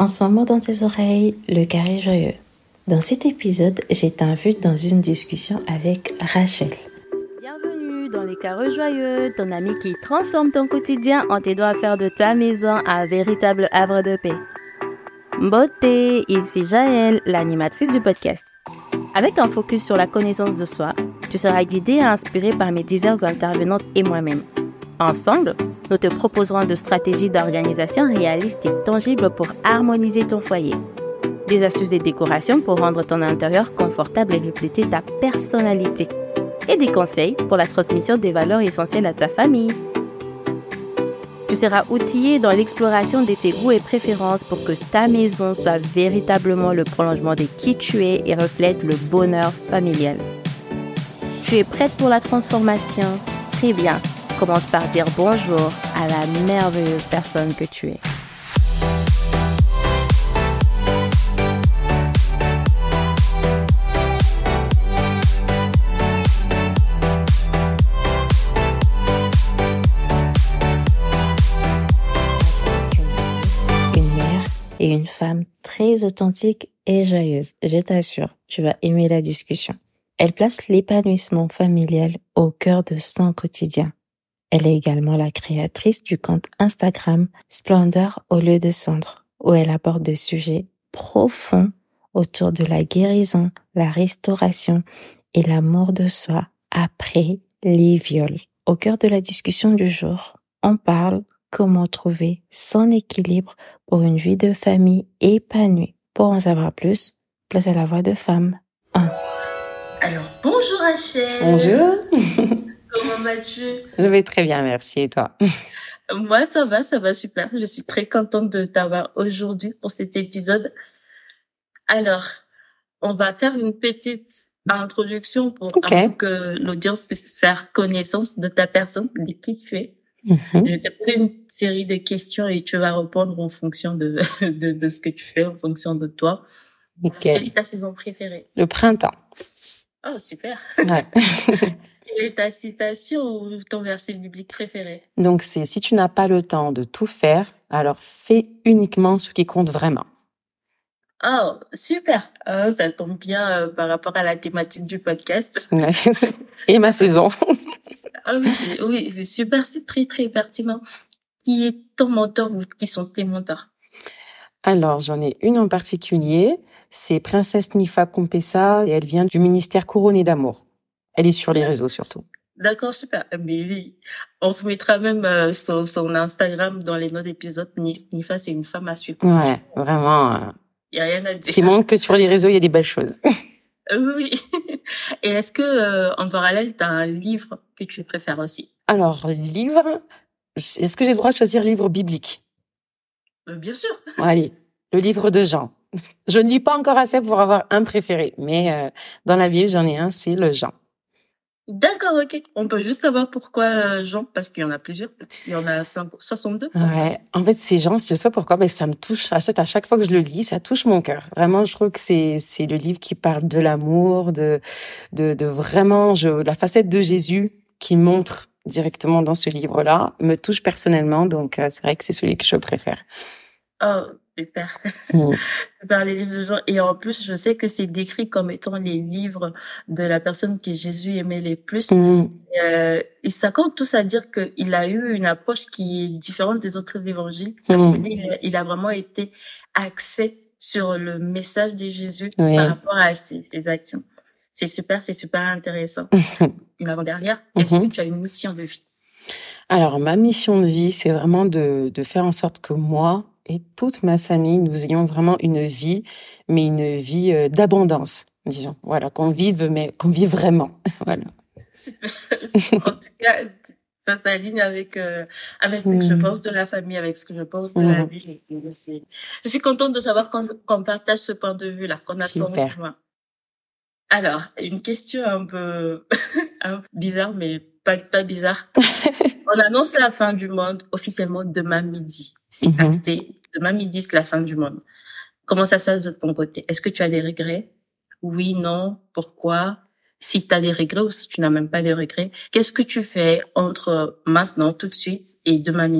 En ce moment dans tes oreilles, le carré joyeux. Dans cet épisode, j'ai t'invite dans une discussion avec Rachel. Bienvenue dans les carrés joyeux, ton ami qui transforme ton quotidien en t'aidant à faire de ta maison un véritable havre de paix. Beauté, ici Jaël, l'animatrice du podcast. Avec un focus sur la connaissance de soi, tu seras guidée et inspirée par mes diverses intervenantes et moi-même. Ensemble, nous te proposerons de stratégies d'organisation réalistes et tangibles pour harmoniser ton foyer. Des astuces et décorations pour rendre ton intérieur confortable et refléter ta personnalité. Et des conseils pour la transmission des valeurs essentielles à ta famille. Tu seras outillé dans l'exploration de tes goûts et préférences pour que ta maison soit véritablement le prolongement de qui tu es et reflète le bonheur familial. Tu es prête pour la transformation? Très bien. Commence par dire bonjour à la merveilleuse personne que tu es. Une mère et une femme très authentique et joyeuse. Je t'assure, tu vas aimer la discussion. Elle place l'épanouissement familial au cœur de son quotidien. Elle est également la créatrice du compte Instagram Splendeur au lieu de cendre, où elle aborde des sujets profonds autour de la guérison, la restauration et l'amour de soi après les viols. Au cœur de la discussion du jour, on parle comment trouver son équilibre pour une vie de famille épanouie. Pour en savoir plus, place à la voix de femme 1. Alors, bonjour Rachel. Bonjour. Comment vas-tu? Je vais très bien, merci. Et toi? Moi, ça va super. Je suis très contente de t'avoir aujourd'hui pour cet épisode. Alors, on va faire une petite introduction pour que l'audience puisse faire connaissance de ta personne, de qui tu es. Je vais te poser une série de questions et tu vas répondre en fonction de ce que tu fais, en fonction de toi. Quelle est ta saison préférée? Le printemps. Oh, super. Ouais. Quelle est ta citation ou ton verset biblique préféré? Donc, c'est si tu n'as pas le temps de tout faire, alors fais uniquement ce qui compte vraiment. Oh, super. Ça tombe bien par rapport à la thématique du podcast. Ouais. Et ma saison. Oui, super, c'est très, très pertinent. Qui est ton mentor ou qui sont tes mentors? Alors, j'en ai une en particulier. C'est Princesse Nifa Kompessa et elle vient du ministère Couronné d'amour. Elle est sur les réseaux surtout. D'accord, super. Mais oui, on vous mettra même son Instagram dans les notes d'épisode. Nifa, c'est une femme à suivre. Ouais, vraiment. Il y a rien à dire. Ce qui montre que sur les réseaux, il y a des belles choses. Oui. Et est-ce que en parallèle, t'as un livre que tu préfères aussi? Alors, livre, est-ce que j'ai le droit de choisir livre biblique? Bien sûr. Allez, le livre de Jean. Je ne lis pas encore assez pour avoir un préféré, mais dans la Bible, j'en ai un, c'est le Jean. D'accord, ok. On peut juste savoir pourquoi Jean, parce qu'il y en a plusieurs. Il y en a 62. Ouais. En fait, c'est Jean, je sais pas pourquoi, mais ça me touche. À chaque fois que je le lis, ça touche mon cœur. Vraiment, je trouve que c'est le livre qui parle de l'amour, de vraiment, la facette de Jésus qui montre directement dans ce livre-là, me touche personnellement. Donc, c'est vrai que c'est celui que je préfère. Oh, super. Super, les livres de Jean. Et en plus, je sais que c'est décrit comme étant les livres de la personne que Jésus aimait les plus. Ils s'accordent tous à dire qu'il a eu une approche qui est différente des autres évangiles. Parce que lui, il a vraiment été axé sur le message de Jésus par rapport à ses actions. C'est super intéressant. Une avant-dernière, est-ce que tu as une mission de vie? Alors, ma mission de vie, c'est vraiment de faire en sorte que moi et toute ma famille, nous ayons vraiment une vie, mais une vie d'abondance, disons. Voilà, qu'on vive vraiment. Voilà. En tout cas, ça s'aligne avec ce que je pense de la famille, avec ce que je pense de la vie. Je suis contente de savoir qu'on partage ce point de vue-là, qu'on a son point. Alors, une question un peu bizarre, mais pas bizarre. On annonce la fin du monde officiellement demain midi. C'est acté. Demain midi, c'est la fin du monde. Comment ça se passe de ton côté? Est-ce que tu as des regrets? Oui, non, pourquoi? Si tu as des regrets ou si tu n'as même pas de regrets, qu'est-ce que tu fais entre maintenant, tout de suite, et demain midi?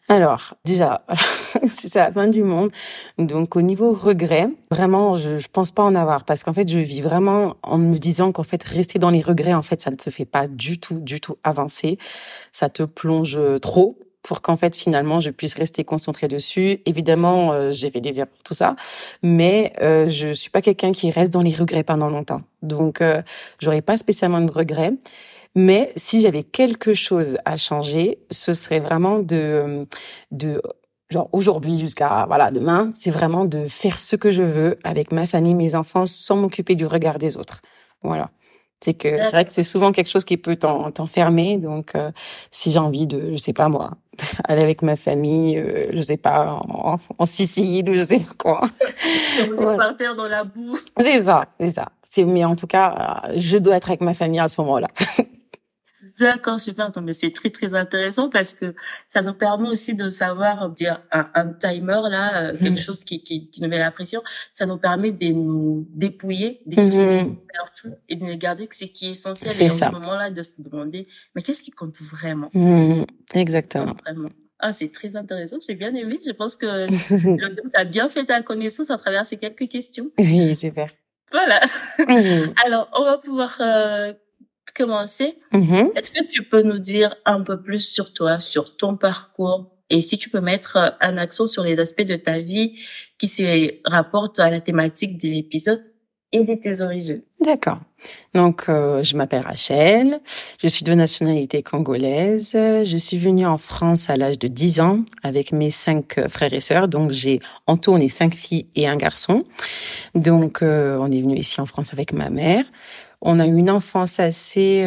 Alors, déjà, c'est la fin du monde. Donc, au niveau regret, vraiment, je pense pas en avoir parce qu'en fait, je vis vraiment en me disant qu'en fait, rester dans les regrets, en fait, ça ne te fait pas du tout avancer. Ça te plonge trop pour qu'en fait, finalement, je puisse rester concentrée dessus. Évidemment, j'ai fait des erreurs, tout ça, mais je suis pas quelqu'un qui reste dans les regrets pendant longtemps. Donc, j'aurais pas spécialement de regrets. Mais si j'avais quelque chose à changer, ce serait vraiment de genre aujourd'hui jusqu'à demain, c'est vraiment de faire ce que je veux avec ma famille, mes enfants, sans m'occuper du regard des autres. Voilà. C'est vrai que c'est souvent quelque chose qui peut t'enfermer. Donc si j'ai envie de, je sais pas moi, aller avec ma famille, je sais pas, en Sicile ou je sais pas quoi. Voilà. Partir dans la boue. C'est ça. Mais en tout cas, je dois être avec ma famille à ce moment-là. D'accord, super. Mais c'est très, très intéressant parce que ça nous permet aussi de savoir dire un timer là, quelque chose qui nous met la pression. Ça nous permet de nous dépouiller des choses superflues et de ne garder que ce qui est essentiel. C'est et ça. À ce moment-là, de se demander, mais qu'est-ce qui compte vraiment? Exactement. Vraiment. Ah, c'est très intéressant. J'ai bien aimé. Je pense que ça a bien fait ta connaissance à travers ces quelques questions. Oui, super. Voilà. Alors, on va pouvoir commencer. Est-ce que tu peux nous dire un peu plus sur toi, sur ton parcours, et si tu peux mettre un accent sur les aspects de ta vie qui se rapportent à la thématique de l'épisode et de tes origines? D'accord. Donc, je m'appelle Rachel, je suis de nationalité congolaise, je suis venue en France à l'âge de 10 ans avec mes 5 frères et sœurs, donc en tout on est 5 filles et un garçon. Donc, on est venu ici en France avec ma mère. On a eu une enfance assez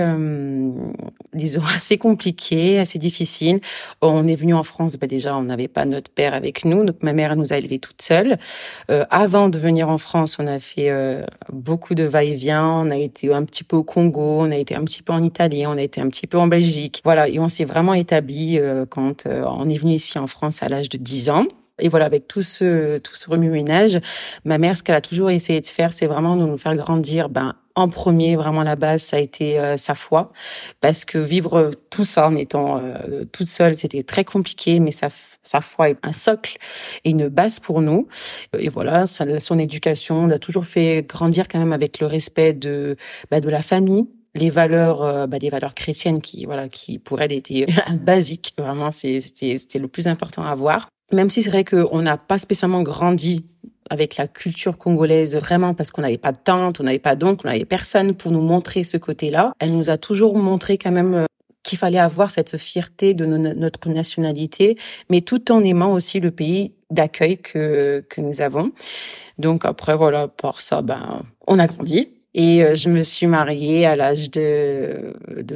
compliquée, assez difficile. On est venu en France, déjà, on n'avait pas notre père avec nous, donc ma mère nous a élevés toute seule. Avant de venir en France, on a fait beaucoup de va-et-vient. On a été un petit peu au Congo, on a été un petit peu en Italie, on a été un petit peu en Belgique. Voilà, et on s'est vraiment établi quand on est venu ici en France à l'âge de 10 ans. Et voilà, avec tout ce remue-ménage, ma mère, ce qu'elle a toujours essayé de faire, c'est vraiment de nous faire grandir. En premier, vraiment la base, ça a été sa foi, parce que vivre tout ça en étant toute seule, c'était très compliqué, mais sa foi est un socle et une base pour nous. Et voilà, son éducation, on a toujours fait grandir quand même avec le respect de la famille. Les valeurs chrétiennes qui pour elle étaient basiques. Vraiment, c'était le plus important à avoir. Même si c'est vrai qu'on n'a pas spécialement grandi avec la culture congolaise, vraiment parce qu'on n'avait pas de tante, on n'avait pas d'oncle, on n'avait personne pour nous montrer ce côté-là. Elle nous a toujours montré quand même qu'il fallait avoir cette fierté de notre nationalité, mais tout en aimant aussi le pays d'accueil que nous avons. Donc après, voilà, pour ça, on a grandi. Et je me suis mariée à l'âge de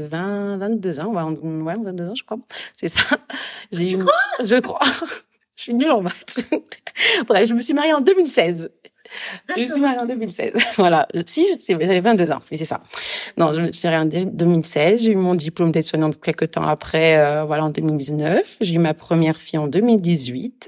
22 ans, 22 ans, je crois. C'est ça. Je crois. Je suis nulle en maths. Bref, je me suis mariée en 2016. Je me suis mariée en 2016. Voilà. J'avais 22 ans. Oui, c'est ça. Non, je me suis mariée en 2016. J'ai eu mon diplôme d'aide-soignante quelques temps après, en 2019. J'ai eu ma première fille en 2018,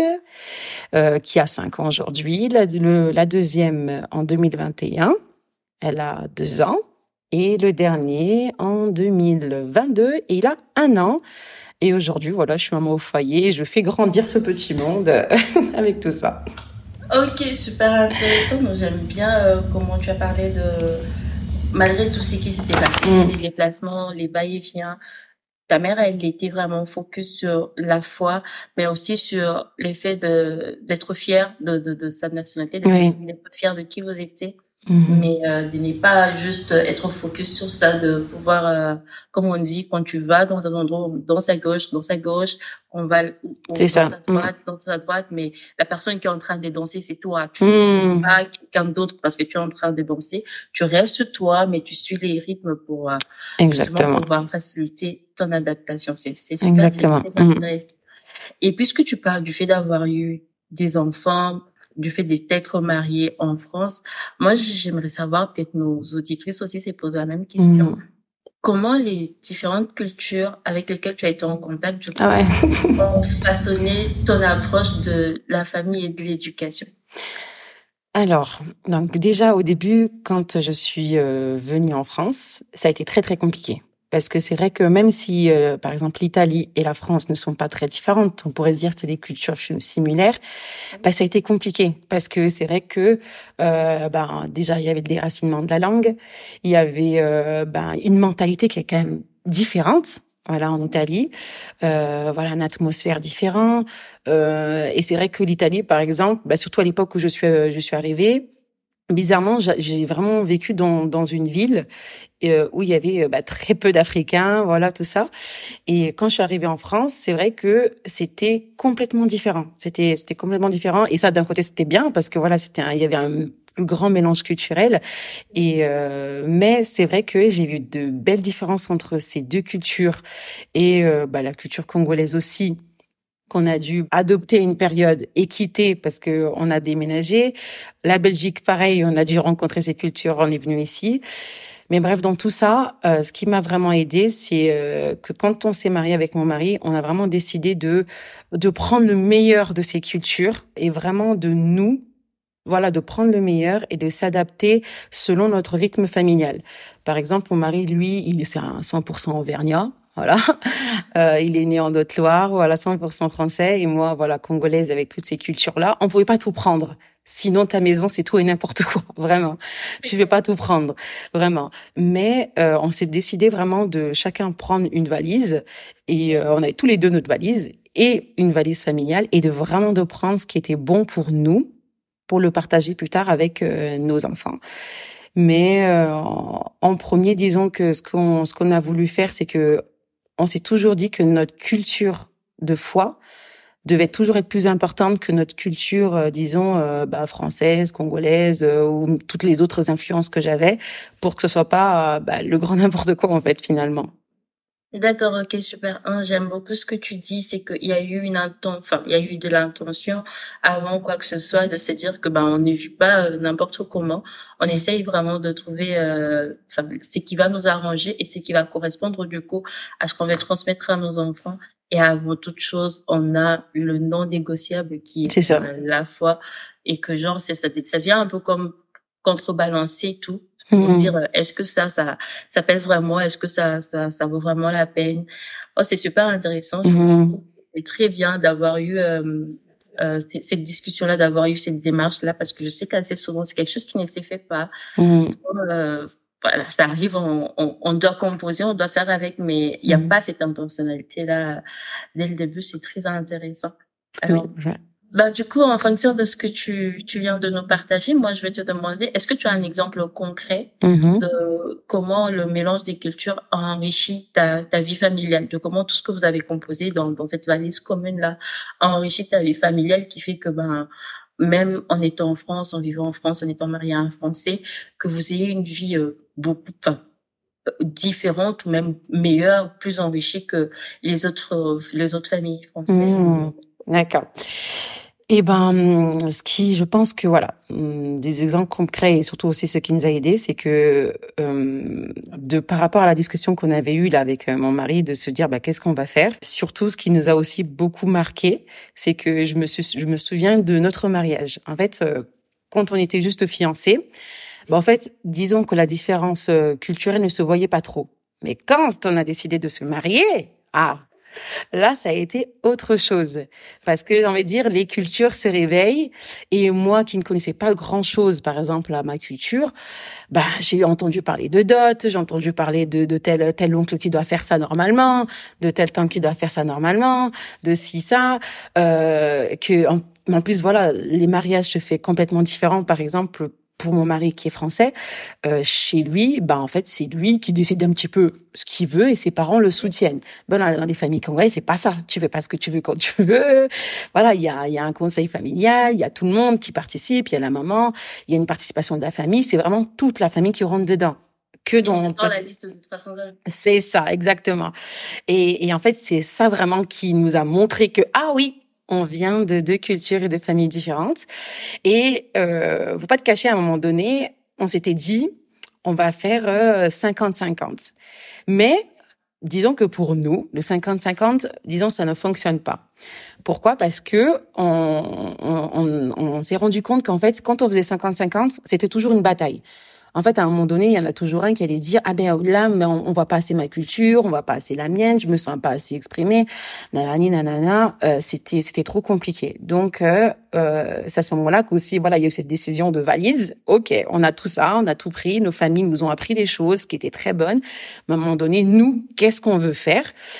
qui a 5 ans aujourd'hui. La deuxième en 2021. Elle a 2 ans. Et le dernier en 2022. Et il a 1 an. Et aujourd'hui, voilà, je suis maman au foyer et je fais grandir ce petit monde avec tout ça. Ok, super intéressant. Donc, j'aime bien comment tu as parlé malgré tout ce qui s'était passé, les déplacements, les va-et-vient. Ta mère, elle était vraiment focus sur la foi, mais aussi sur le fait d'être fière de sa nationalité, d'être fière de qui vous étiez. Mais de ne pas juste être focus sur ça, de pouvoir, comme on dit, quand tu vas dans un endroit, dans sa gauche, on va dans sa droite, mais la personne qui est en train de danser, c'est toi. Tu ne pas quelqu'un d'autre parce que tu es en train de danser. Tu restes toi, mais tu suis les rythmes pour justement pouvoir faciliter ton adaptation. C'est super. Exactement. Et puisque tu parles du fait d'avoir eu des enfants, du fait d'être mariée en France, moi j'aimerais savoir, peut-être nos auditrices aussi se posent la même question. Comment les différentes cultures avec lesquelles tu as été en contact ont façonné ton approche de la famille et de l'éducation? Alors, donc déjà au début, quand je suis venue en France, ça a été très très compliqué. Parce que c'est vrai que même si, par exemple, l'Italie et la France ne sont pas très différentes, on pourrait se dire que c'est des cultures similaires, ça a été compliqué. Parce que c'est vrai que, déjà, il y avait le déracinement de la langue, il y avait une mentalité qui est quand même différente. Voilà, en Italie, une atmosphère différente. Et c'est vrai que l'Italie, par exemple, surtout à l'époque où je suis arrivée, bizarrement, j'ai vraiment vécu dans une ville où il y avait très peu d'Africains, voilà, tout ça. Et quand je suis arrivée en France, c'est vrai que c'était complètement différent. C'était complètement différent. Et ça, d'un côté, c'était bien parce que voilà, il y avait un plus grand mélange culturel. Et mais c'est vrai que j'ai vu de belles différences entre ces deux cultures et la culture congolaise aussi, qu'on a dû adopter une période et quitter parce que on a déménagé. La Belgique, pareil, on a dû rencontrer ces cultures, on est venu ici. Mais bref, dans tout ça, ce qui m'a vraiment aidée, c'est que quand on s'est marié avec mon mari, on a vraiment décidé de prendre le meilleur de ces cultures et vraiment de de prendre le meilleur et de s'adapter selon notre rythme familial. Par exemple, mon mari, lui, c'est un 100% auvergnat. Voilà, il est né en Haute-Loire, voilà, 100% français, et moi, voilà, congolaise avec toutes ces cultures-là. On pouvait pas tout prendre. Sinon, ta maison, c'est tout et n'importe quoi, vraiment. Je vais pas tout prendre, vraiment. Mais on s'est décidé vraiment de chacun prendre une valise, et on avait tous les deux notre valise et une valise familiale, et de prendre ce qui était bon pour nous, pour le partager plus tard avec nos enfants. Mais en premier, disons que ce qu'on a voulu faire, c'est que on s'est toujours dit que notre culture de foi devait toujours être plus importante que notre culture, française, congolaise ou toutes les autres influences que j'avais, pour que ce soit pas le grand n'importe quoi en fait finalement. D'accord, ok, super. J'aime beaucoup ce que tu dis, c'est qu'il y a eu il y a eu de l'intention avant quoi que ce soit, de se dire que on ne vit pas n'importe comment. On essaye vraiment de trouver ce qui va nous arranger et ce qui va correspondre du coup à ce qu'on va transmettre à nos enfants. Et avant toute chose, on a le non négociable qui est ça. La foi, et que genre ça vient un peu comme contrebalancer tout. Pour dire est-ce que ça pèse vraiment, est-ce que ça vaut vraiment la peine. C'est super intéressant. C'est très bien d'avoir eu cette discussion là, d'avoir eu cette démarche là, parce que je sais qu'assez souvent c'est quelque chose qui ne se fait pas. Ça arrive, on doit composer, on doit faire avec, mais il y a pas cette intentionnalité là dès le début. C'est très intéressant. Alors, du coup, en fonction de ce que tu viens de nous partager, moi, je vais te demander, est-ce que tu as un exemple concret de comment le mélange des cultures a enrichi ta vie familiale, de comment tout ce que vous avez composé dans cette valise commune-là a enrichi ta vie familiale, qui fait que, même en étant en France, en vivant en France, en étant marié à un Français, que vous ayez une vie différente ou même meilleure, plus enrichie que les autres familles françaises. D'accord. Je pense que des exemples concrets et surtout aussi ce qui nous a aidés, c'est que par rapport à la discussion qu'on avait eue là avec mon mari, de se dire qu'est-ce qu'on va faire. Surtout, ce qui nous a aussi beaucoup marqué, c'est que je me souviens de notre mariage. En fait, quand on était juste fiancés, en fait, disons que la différence culturelle ne se voyait pas trop. Mais quand on a décidé de se marier, là, ça a été autre chose. Parce que, j'ai envie de dire, les cultures se réveillent. Et moi, qui ne connaissais pas grand-chose, par exemple, à ma culture, j'ai entendu parler de dot, j'ai entendu parler de tel oncle qui doit faire ça normalement, de tel tante qui doit faire ça normalement, de ci, ça, en plus, voilà, les mariages se font complètement différents. Par exemple, pour mon mari qui est français, chez lui, en fait, c'est lui qui décide un petit peu ce qu'il veut et ses parents le soutiennent. Dans les familles congolaises, c'est pas ça. Tu fais pas ce que tu veux quand tu veux. Voilà, il y a un conseil familial, il y a tout le monde qui participe, il y a la maman, il y a une participation de la famille. C'est vraiment toute la famille qui rentre dedans. Que dans la liste de toute façon. C'est ça, exactement. Et en fait, c'est ça vraiment qui nous a montré que on vient de deux cultures et de familles différentes. Et faut pas te cacher, à un moment donné, on s'était dit, on va faire 50-50. Mais disons que pour nous, le 50-50, disons, ça ne fonctionne pas. Pourquoi ? Parce que on s'est rendu compte qu'en fait, quand on faisait 50-50, c'était toujours une bataille. en fait, à un moment donné, il y en a toujours un qui allait dire, ah ben là, mais on voit pas assez ma culture, on voit pas assez la mienne, je me sens pas assez exprimée, nanani, nanana, c'était trop compliqué. Donc, c'est à ce moment-là qu'aussi, voilà, il y a eu cette décision de valise. Ok, on a tout ça, on a tout pris, nos familles nous ont appris des choses qui étaient très bonnes. Mais à un moment donné, nous, qu'est-ce qu'on veut faire?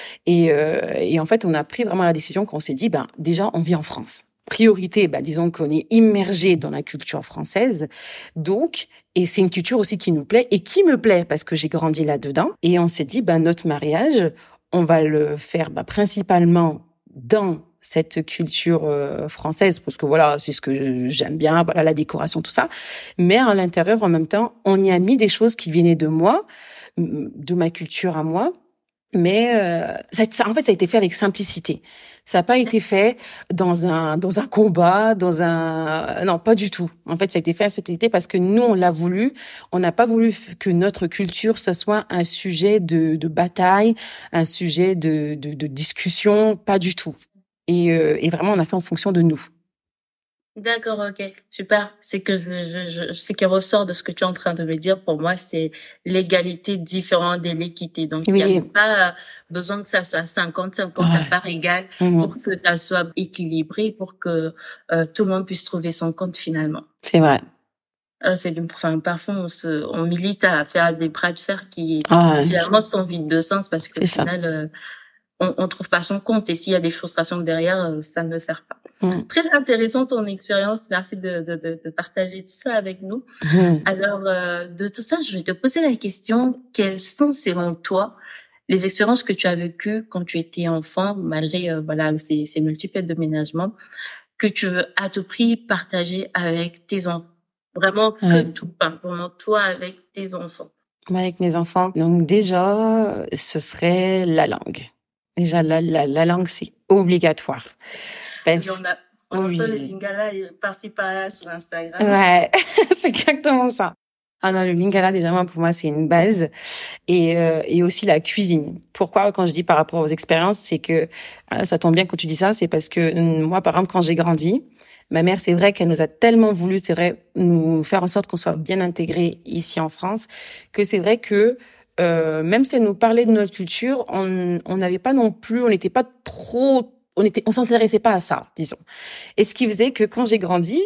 Et en fait, on a pris vraiment la décision qu'on s'est dit, ben, déjà, on vit en France. Priorité, disons qu'on est immergé dans la culture française. Donc, et c'est une culture aussi qui nous plaît et qui me plaît parce que j'ai grandi là-dedans. Et on s'est dit, notre mariage, on va le faire, principalement dans cette culture française parce que voilà, c'est ce que j'aime bien, voilà, la décoration, tout ça. Mais à l'intérieur, en même temps, on y a mis des choses qui venaient de moi, de ma culture à moi. Mais ça a été fait avec simplicité. Ça n'a pas été fait dans un combat, non, pas du tout. En fait, ça a été fait avec simplicité parce que nous, on l'a voulu. On n'a pas voulu que notre culture ce soit un sujet de bataille, un sujet de discussion, pas du tout. Et vraiment, on a fait en fonction de nous. D'accord, ok, super. C'est que ce qui ressort de ce que tu es en train de me dire, pour moi, c'est l'égalité différente de l'équité. Donc, oui. Il n'y a pas besoin que ça soit 50-50 à part égale pour que ça soit équilibré, pour que tout le monde puisse trouver son compte finalement. C'est vrai. Parfois, on milite à faire des bras de fer qui finalement sont vides de sens parce que au final, on trouve pas son compte et s'il y a des frustrations derrière, ça ne sert pas. Très intéressant ton expérience. Merci de partager tout ça avec nous. Alors, de tout ça, je vais te poser la question, quelles sont selon toi les expériences que tu as vécues quand tu étais enfant, malgré ces multiples déménagements, que tu veux à tout prix partager avec tes enfants? Vraiment que tout, vraiment toi avec tes enfants. Avec mes enfants. Donc déjà, ce serait la langue. Déjà, la langue, c'est obligatoire. On entend les Lingala par-ci par-là sur Instagram. Ouais, c'est exactement ça. Ah non, le Lingala, déjà, pour moi, c'est une base. Et aussi la cuisine. Pourquoi, quand je dis par rapport aux expériences, c'est que, ça tombe bien quand tu dis ça, c'est parce que moi, par exemple, quand j'ai grandi, ma mère, c'est vrai qu'elle nous a tellement voulu, c'est vrai, nous faire en sorte qu'on soit bien intégrés ici en France, que c'est vrai que même si elle nous parlait de notre culture, on n'avait pas non plus, on n'était pas trop, on s'intéressait pas à ça, disons. Et ce qui faisait que quand j'ai grandi,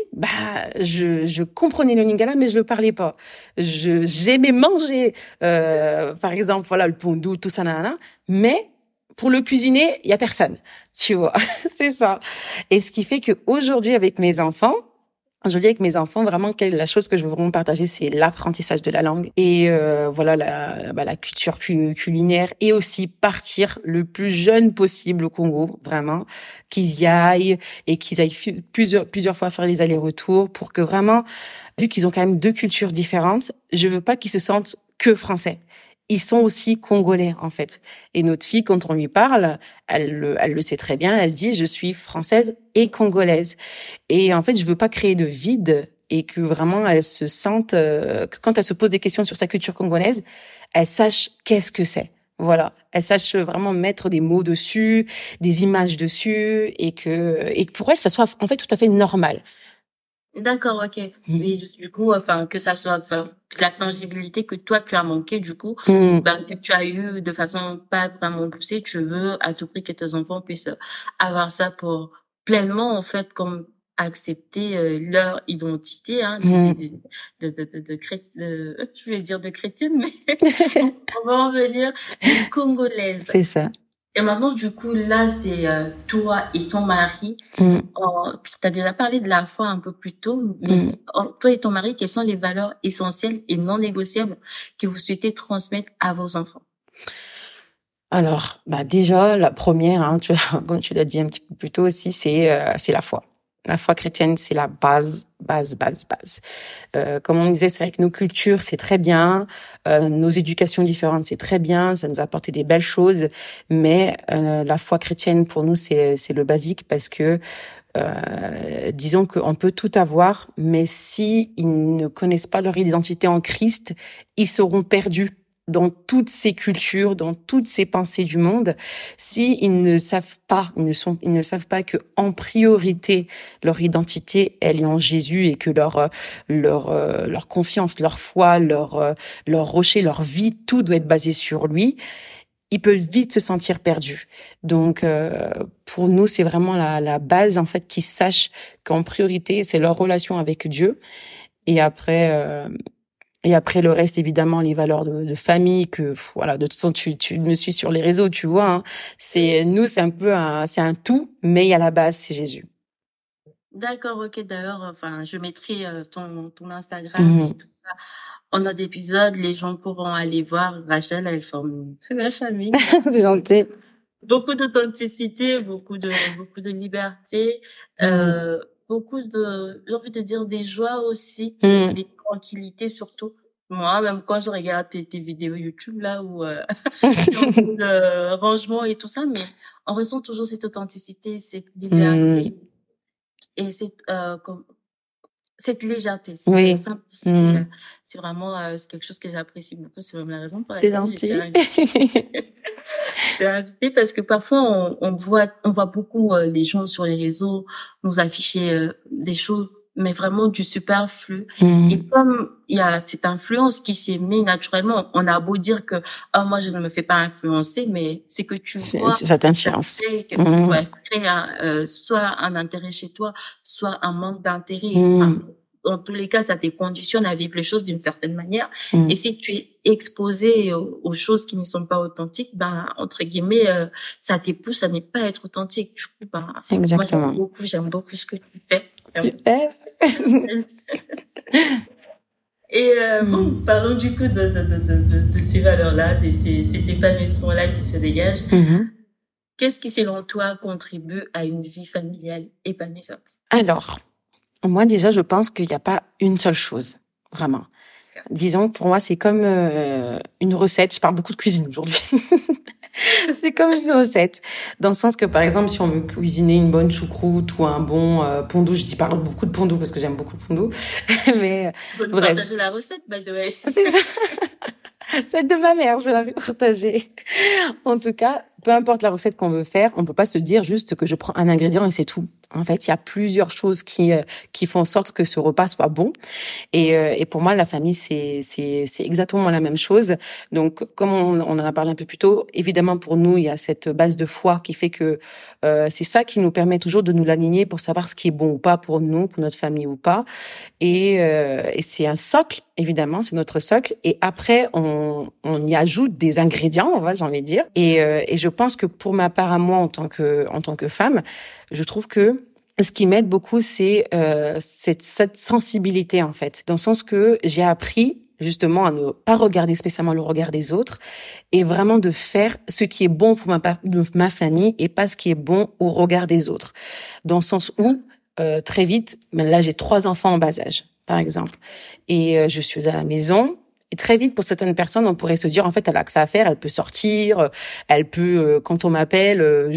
je comprenais le Lingala, mais je le parlais pas. J'aimais manger, par exemple, voilà, le pondou, tout ça, nanana, mais pour le cuisiner, il y a personne, tu vois. C'est ça. Et ce qui fait que aujourd'hui, avec mes enfants, vraiment, la chose que je veux vraiment partager, c'est l'apprentissage de la langue et la culture culinaire et aussi partir le plus jeune possible au Congo, vraiment, qu'ils y aillent et qu'ils aillent plusieurs fois faire les allers-retours pour que vraiment, vu qu'ils ont quand même deux cultures différentes, je veux pas qu'ils se sentent que français. Ils sont aussi congolais, en fait. Et notre fille, quand on lui parle, elle le sait très bien, elle dit, je suis française et congolaise. Et en fait, je veux pas créer de vide et que vraiment elle se sente, que quand elle se pose des questions sur sa culture congolaise, elle sache qu'est-ce que c'est. Voilà. Elle sache vraiment mettre des mots dessus, des images dessus et que pour elle, ça soit en fait tout à fait normal. D'accord, ok. Mais du coup, que ça soit, la tangibilité que toi tu as manqué, du coup, que tu as eu de façon pas vraiment poussée, tu veux à tout prix que tes enfants puissent avoir ça pour pleinement, en fait, comme accepter leur identité, je vais dire de chrétienne, mais on va en venir de congolaise. C'est ça. Et maintenant, du coup, là, c'est toi et ton mari. Tu as déjà parlé de la foi un peu plus tôt, mais toi et ton mari, quelles sont les valeurs essentielles et non négociables que vous souhaitez transmettre à vos enfants? Alors, déjà, la première, comme tu l'as dit un petit peu plus tôt aussi, c'est la foi. La foi chrétienne, c'est la base. Comme on disait, c'est vrai que nos cultures, c'est très bien, nos éducations différentes, c'est très bien, ça nous a apporté des belles choses, mais la foi chrétienne, pour nous, c'est le basique parce que disons qu'on peut tout avoir, mais si ils ne connaissent pas leur identité en Christ, ils seront perdus dans toutes ces cultures, dans toutes ces pensées du monde, si ils ne savent pas, ils ne savent pas que en priorité leur identité elle est en Jésus et que leur confiance, leur foi, leur rocher, leur vie, tout doit être basé sur lui. Ils peuvent vite se sentir perdus. Donc, pour nous, c'est vraiment la base en fait qu'ils sachent qu'en priorité c'est leur relation avec Dieu. Et après le reste, évidemment, les valeurs de famille que, voilà, de toute façon, tu me suis sur les réseaux, tu vois, hein. C'est un peu c'est un tout, mais il y a la base, c'est Jésus. D'accord, ok, d'ailleurs, enfin, je mettrai ton Instagram et tout ça. En notre épisode, les gens pourront aller voir. Rachel, elle forme une très belle famille. C'est gentil. Beaucoup d'authenticité, beaucoup de liberté, beaucoup j'ai envie de dire des joies aussi, des tranquillités surtout. Moi, même quand je regarde tes vidéos YouTube là où beaucoup de rangement et tout ça, mais on ressent toujours cette authenticité, cette liberté et cette légèreté, cette simplicité là. C'est vraiment c'est quelque chose que j'apprécie beaucoup. C'est même la raison pour laquelle j'ai invité parce que parfois on voit beaucoup les gens sur les réseaux nous afficher des choses mais vraiment du superflu et comme il y a cette influence qui s'est mise naturellement, on a beau dire que moi je ne me fais pas influencer, mais c'est que tu vois ça t'influence que créer soit un intérêt chez toi, soit un manque d'intérêt. Dans tous les cas, ça te conditionne à vivre les choses d'une certaine manière. Et si tu es exposé aux choses qui ne sont pas authentiques, entre guillemets, ça te pousse à ne pas être authentique. Du coup, exactement. Moi, j'aime beaucoup ce que tu fais. Super. Et parlons du coup de ces valeurs-là, de cet épanouissement-là qui se dégage. Qu'est-ce qui, selon toi, contribue à une vie familiale épanouissante? Alors, moi déjà, je pense qu'il n'y a pas une seule chose, vraiment. Disons, pour moi, c'est comme une recette. Je parle beaucoup de cuisine aujourd'hui. C'est comme une recette. Dans le sens que, par exemple, si on veut cuisiner une bonne choucroute ou un bon pondou, je parle beaucoup de pondou parce que j'aime beaucoup le pondou. Mais bref. Partager la recette, by the way. C'est ça. Celle de ma mère, je vais la partager. En tout cas, peu importe la recette qu'on veut faire, on peut pas se dire juste que je prends un ingrédient et c'est tout. En fait, il y a plusieurs choses qui font en sorte que ce repas soit bon. Et pour moi, la famille, c'est exactement la même chose. Donc, comme on en a parlé un peu plus tôt, évidemment, pour nous, il y a cette base de foi qui fait que c'est ça qui nous permet toujours de nous l'aligner pour savoir ce qui est bon ou pas pour nous, pour notre famille ou pas. Et c'est un socle, évidemment, c'est notre socle. Et après, on y ajoute des ingrédients, j'ai envie de dire. Et je pense que pour ma part à moi, en tant que femme, je trouve que ce qui m'aide beaucoup, c'est cette sensibilité, en fait. Dans le sens que j'ai appris justement à ne pas regarder spécialement le regard des autres et vraiment de faire ce qui est bon pour ma famille et pas ce qui est bon au regard des autres. Dans le sens où, très vite, là j'ai 3 enfants en bas âge, par exemple. Et je suis à la maison. Et très vite, pour certaines personnes, on pourrait se dire, en fait, elle a que ça à faire, elle peut sortir, elle peut, quand on m'appelle,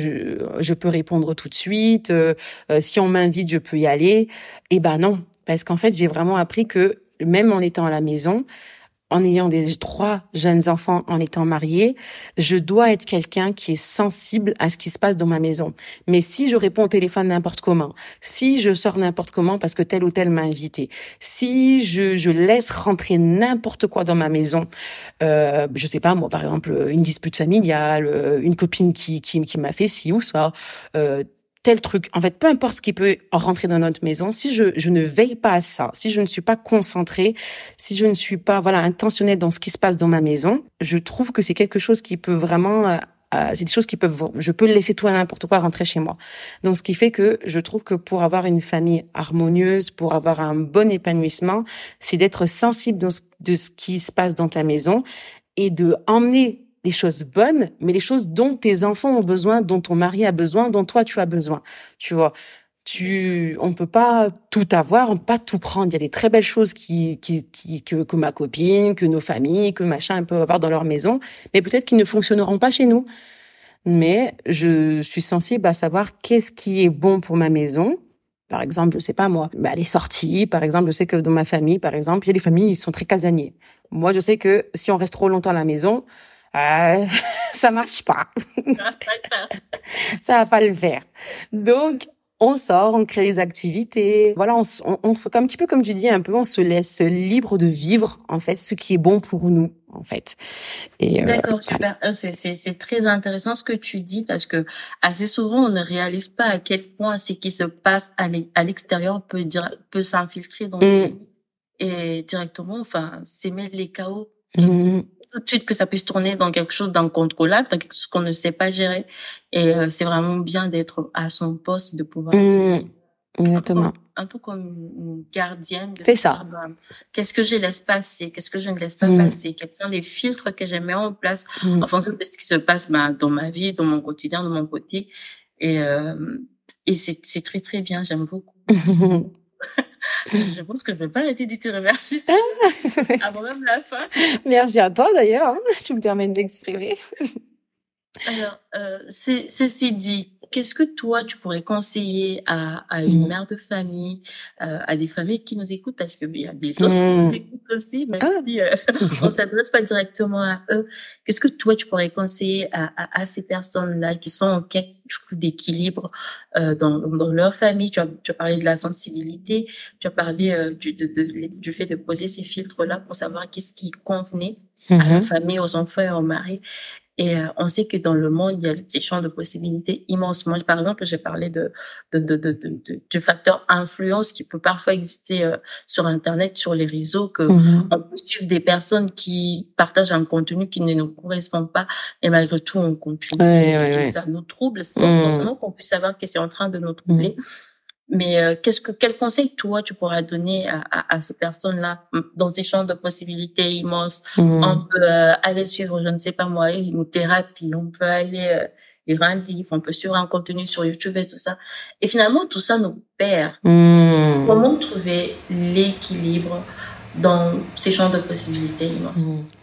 je peux répondre tout de suite, si on m'invite, je peux y aller. Eh ben non, parce qu'en fait, j'ai vraiment appris que même en étant à la maison, en ayant 3 jeunes enfants, en étant mariée, je dois être quelqu'un qui est sensible à ce qui se passe dans ma maison. Mais si je réponds au téléphone n'importe comment, si je sors n'importe comment parce que tel ou tel m'a invité, si je laisse rentrer n'importe quoi dans ma maison, je sais pas moi, par exemple, une dispute familiale, une copine qui m'a fait ci ou ça, tel truc. En fait, peu importe ce qui peut rentrer dans notre maison, si je ne veille pas à ça, si je ne suis pas concentrée, si je ne suis pas intentionnelle dans ce qui se passe dans ma maison, je trouve que c'est quelque chose qui peut vraiment c'est des choses qui peuvent, je peux laisser tout et n'importe quoi rentrer chez moi. Donc, ce qui fait que je trouve que pour avoir une famille harmonieuse, pour avoir un bon épanouissement, c'est d'être sensible de ce qui se passe dans ta maison et de emmener les choses bonnes, mais les choses dont tes enfants ont besoin, dont ton mari a besoin, dont toi tu as besoin. Tu vois, on peut pas tout avoir, on peut pas tout prendre. Il y a des très belles choses que ma copine, que nos familles, que machin peuvent avoir dans leur maison, mais peut-être qu'ils ne fonctionneront pas chez nous. Mais je suis sensible à savoir qu'est-ce qui est bon pour ma maison, Par exemple, je sais pas moi, les sorties, par exemple, je sais que dans ma famille, par exemple, il y a des familles, ils sont très casaniers. Moi, je sais que si on reste trop longtemps à la maison, ça marche pas. Ça va pas le faire. Donc, on sort, on crée des activités. Voilà, on fait un petit peu comme tu dis, un peu, on se laisse libre de vivre, en fait, ce qui est bon pour nous, en fait. Et, D'accord, super. C'est très intéressant ce que tu dis parce que assez souvent on ne réalise pas à quel point ce qui se passe à l'extérieur peut s'infiltrer dans nos vies et directement, enfin, s'aimer les chaos. Tout de suite que ça puisse tourner dans quelque chose d'incontrôlable, dans quelque chose qu'on ne sait pas gérer. Et c'est vraiment bien d'être à son poste, de pouvoir exactement. un peu comme une gardienne de c'est ça. Qu'est-ce que je laisse passer, qu'est-ce que je ne laisse pas passer, quels sont les filtres que je mets en place en fonction de ce qui se passe dans ma vie, dans mon quotidien, de mon côté. Et c'est très très bien, j'aime beaucoup. Je pense que je vais pas arrêter de te remercier avant même la fin. Merci à toi d'ailleurs, hein. Tu me permets de m'exprimer. Alors, ceci dit, qu'est-ce que toi tu pourrais conseiller à une mère de famille, à des familles qui nous écoutent, parce que il y a des autres qui nous écoutent aussi, même si on s'adresse pas directement à eux. Qu'est-ce que toi tu pourrais conseiller à ces personnes-là qui sont en quête du coup d'équilibre dans leur famille? Tu as parlé de la sensibilité, tu as parlé du fait de poser ces filtres-là pour savoir qu'est-ce qui convenait à la famille, aux enfants et aux maris. Et on sait que dans le monde, il y a des champs de possibilités immenses. Moi, par exemple, j'ai parlé du facteur influence qui peut parfois exister sur Internet, sur les réseaux, que on peut suivre des personnes qui partagent un contenu qui ne nous correspond pas, et malgré tout, on continue. Et ça nous trouble, sans forcément qu'on puisse savoir que c'est en train de nous troubler. Mais quel conseil toi tu pourras donner à ces personnes-là dans ces champs de possibilités immenses? On peut aller suivre, je ne sais pas moi, une thérapie, on peut aller lire un livre, on peut suivre un contenu sur YouTube et tout ça. Et finalement tout ça nous perd. Comment trouver l'équilibre dans ces champs de possibilités immenses?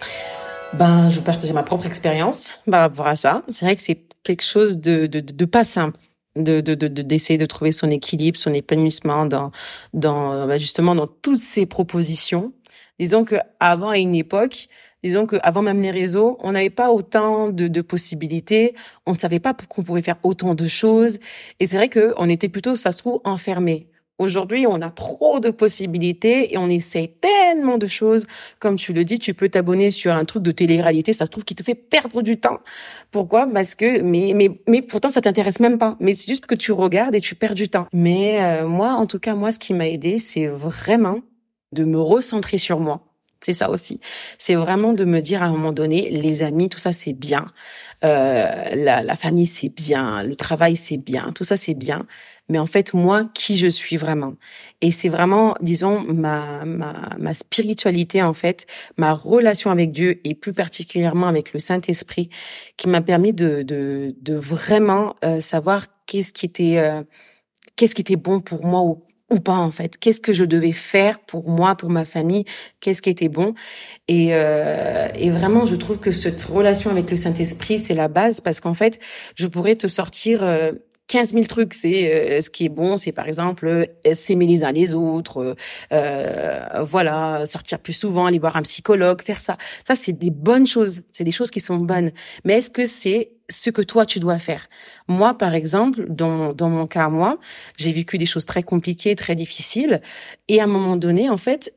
Je vais partager ma propre expérience par rapport à ça. C'est vrai que c'est quelque chose de pas simple. D'essayer de trouver son équilibre, son épanouissement justement dans toutes ces propositions. Disons que avant, à une époque, avant même les réseaux, on n'avait pas autant de possibilités, on ne savait pas qu'on pouvait faire autant de choses, et c'est vrai que on était plutôt, ça se trouve, enfermés. Aujourd'hui, on a trop de possibilités et on essaye tellement de choses. Comme tu le dis, tu peux t'abonner sur un truc de télé-réalité, ça se trouve qui te fait perdre du temps. Pourquoi? Parce que, mais pourtant, ça t'intéresse même pas. Mais c'est juste que tu regardes et tu perds du temps. Mais moi, en tout cas, ce qui m'a aidé, c'est vraiment de me recentrer sur moi. C'est ça aussi. C'est vraiment de me dire à un moment donné, les amis, tout ça, c'est bien. La famille, c'est bien. Le travail, c'est bien. Tout ça, c'est bien. Mais en fait, moi, qui je suis vraiment. Et c'est vraiment, disons, ma spiritualité, en fait, ma relation avec Dieu et plus particulièrement avec le Saint-Esprit qui m'a permis de vraiment savoir qu'est-ce qui était bon pour moi ou pas, en fait. Qu'est-ce que je devais faire pour moi, pour ma famille, qu'est-ce qui était bon. Et vraiment, je trouve que cette relation avec le Saint-Esprit, c'est la base parce qu'en fait, je pourrais te sortir 15 000 trucs. C'est ce qui est bon, c'est par exemple s'aimer les uns les autres, sortir plus souvent, aller voir un psychologue, faire ça. Ça, c'est des bonnes choses, c'est des choses qui sont bonnes. Mais est-ce que c'est ce que toi tu dois faire? Moi, par exemple, dans mon cas, j'ai vécu des choses très compliquées, très difficiles, et à un moment donné, en fait,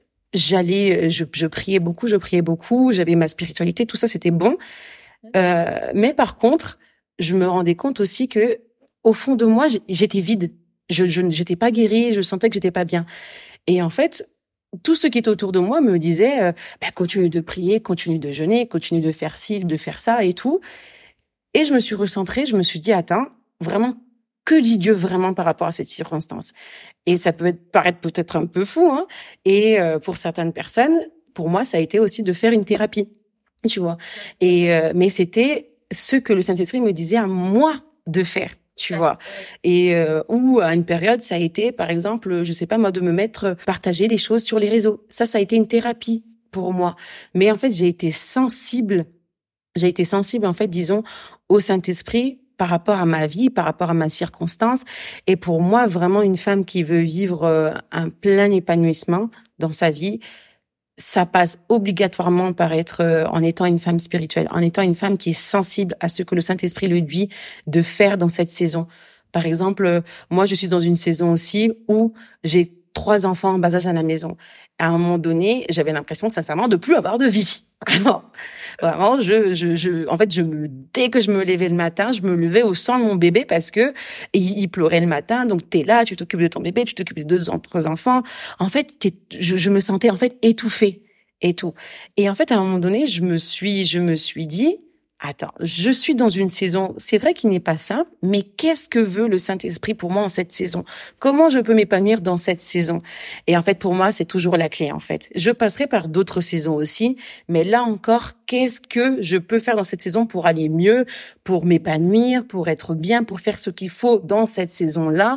je priais beaucoup, j'avais ma spiritualité, tout ça, c'était bon. Mais par contre, je me rendais compte aussi que au fond de moi, j'étais vide. J'étais pas guérie, je sentais que j'étais pas bien. Et en fait, tout ce qui était autour de moi me disait, continue de prier, continue de jeûner, continue de faire ci, de faire ça et tout. Et je me suis recentrée, je me suis dit, attends, vraiment, que dit Dieu vraiment par rapport à cette circonstance? Et ça peut paraître peut-être un peu fou, hein. Et pour certaines personnes, pour moi, ça a été aussi de faire une thérapie, tu vois. Et mais c'était ce que le Saint-Esprit me disait à moi de faire. Tu vois, et ou à une période ça a été par exemple, je sais pas moi, de me partager des choses sur les réseaux. Ça a été une thérapie pour moi. Mais en fait j'ai été sensible en fait, disons, au Saint-Esprit par rapport à ma vie, par rapport à ma circonstance. Et pour moi, vraiment, une femme qui veut vivre un plein épanouissement dans sa vie, ça passe obligatoirement par être, en étant une femme spirituelle, en étant une femme qui est sensible à ce que le Saint-Esprit lui dit de faire dans cette saison. Par exemple, moi, je suis dans une saison aussi où j'ai 3 enfants en bas âge à la maison. À un moment donné, j'avais l'impression, sincèrement, de plus avoir de vie. Vraiment. En fait, dès que je me levais le matin, je me levais au sang de mon bébé parce que il pleurait le matin. Donc, t'es là, tu t'occupes de ton bébé, tu t'occupes des 2 autres enfants. En fait, je me sentais, en fait, étouffée et tout. Et en fait, à un moment donné, je me suis dit, attends, je suis dans une saison, c'est vrai qu'il n'est pas simple, mais qu'est-ce que veut le Saint-Esprit pour moi en cette saison? Comment je peux m'épanouir dans cette saison? Et en fait, pour moi, c'est toujours la clé, en fait. Je passerai par d'autres saisons aussi, mais là encore, qu'est-ce que je peux faire dans cette saison pour aller mieux, pour m'épanouir, pour être bien, pour faire ce qu'il faut dans cette saison-là?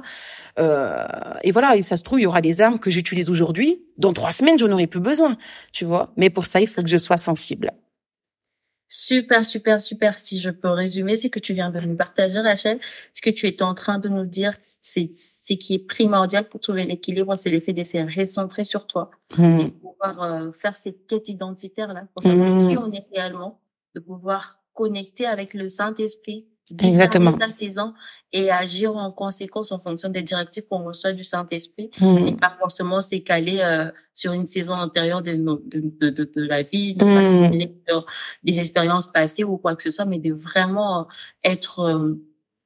Et voilà, ça se trouve, il y aura des armes que j'utilise aujourd'hui. Dans 3 semaines, j'en aurai plus besoin, tu vois. Mais pour ça, il faut que je sois sensible. Super, super, super. Si je peux résumer ce que tu viens de nous partager, Rachel, ce que tu es en train de nous dire, c'est ce qui est primordial pour trouver l'équilibre, c'est le fait d'essayer de recentrer sur toi et pouvoir faire cette quête identitaire-là pour savoir qui on est réellement, de pouvoir connecter avec le Saint-Esprit, discerner sa saison et agir en conséquence en fonction des directives qu'on reçoit du Saint-Esprit et pas forcément s'écaler sur une saison antérieure de la vie, ne pas se filer sur des expériences passées ou quoi que ce soit, mais de vraiment être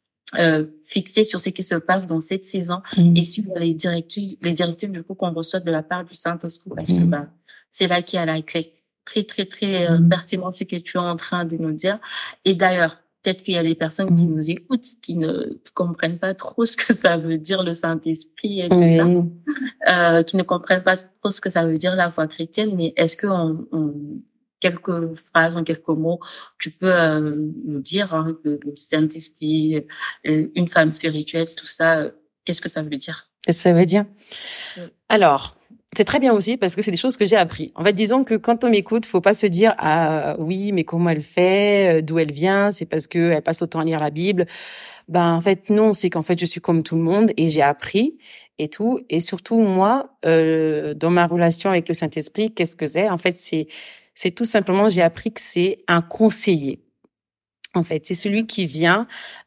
fixé sur ce qui se passe dans cette saison et suivre les directives du coup qu'on reçoit de la part du Saint-Esprit parce que c'est là qu'il y a la clé. Très très très pertinent ce que tu es en train de nous dire. Et d'ailleurs, peut-être qu'il y a des personnes qui nous écoutent, qui ne comprennent pas trop ce que ça veut dire le Saint-Esprit et tout ça, qui ne comprennent pas trop ce que ça veut dire la foi chrétienne. Mais est-ce que quelques phrases, en quelques mots, tu peux nous dire le Saint-Esprit, une femme spirituelle, tout ça, qu'est-ce que ça veut dire? Qu'est-ce que ça veut dire? Alors, c'est très bien aussi parce que c'est des choses que j'ai appris. En fait, disons que quand on m'écoute, faut pas se dire ah oui, mais comment elle fait, d'où elle vient, c'est parce que elle passe autant à lire la Bible. Ben en fait non, c'est qu'en fait je suis comme tout le monde et j'ai appris et tout. Et surtout moi, dans ma relation avec le Saint-Esprit, qu'est-ce que c'est? En fait, c'est tout simplement j'ai appris que c'est un conseiller. En fait, c'est celui qui vient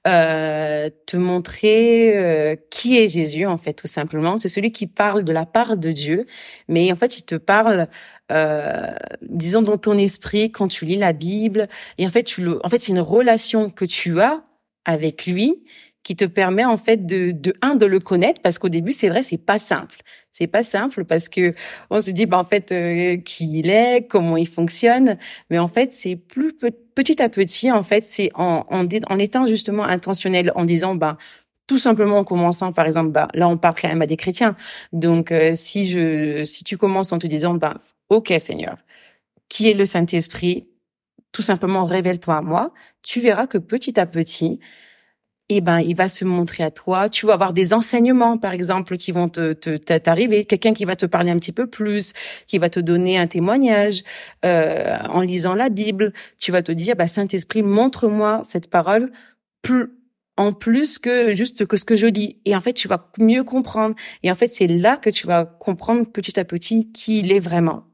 te montrer qui est Jésus, en fait, tout simplement. C'est celui qui parle de la part de Dieu, mais en fait, il te parle, disons, dans ton esprit quand tu lis la Bible. Et en fait, c'est une relation que tu as avec lui qui te permet en fait de le connaître parce qu'au début c'est vrai c'est pas simple parce que on se dit en fait qui il est, comment il fonctionne, mais en fait c'est plus petit à petit en fait c'est en étant justement intentionnel en disant tout simplement en commençant par exemple là on parle quand même à des chrétiens donc si tu commences en te disant OK Seigneur, qui est le Saint-Esprit, tout simplement révèle-toi à moi, tu verras que petit à petit il va se montrer à toi. Tu vas avoir des enseignements, par exemple, qui vont t'arriver. Quelqu'un qui va te parler un petit peu plus, qui va te donner un témoignage. En lisant la Bible, tu vas te dire, Saint-Esprit, montre-moi cette parole en plus que juste que ce que je dis. Et en fait, tu vas mieux comprendre. Et en fait, c'est là que tu vas comprendre petit à petit qui il est vraiment.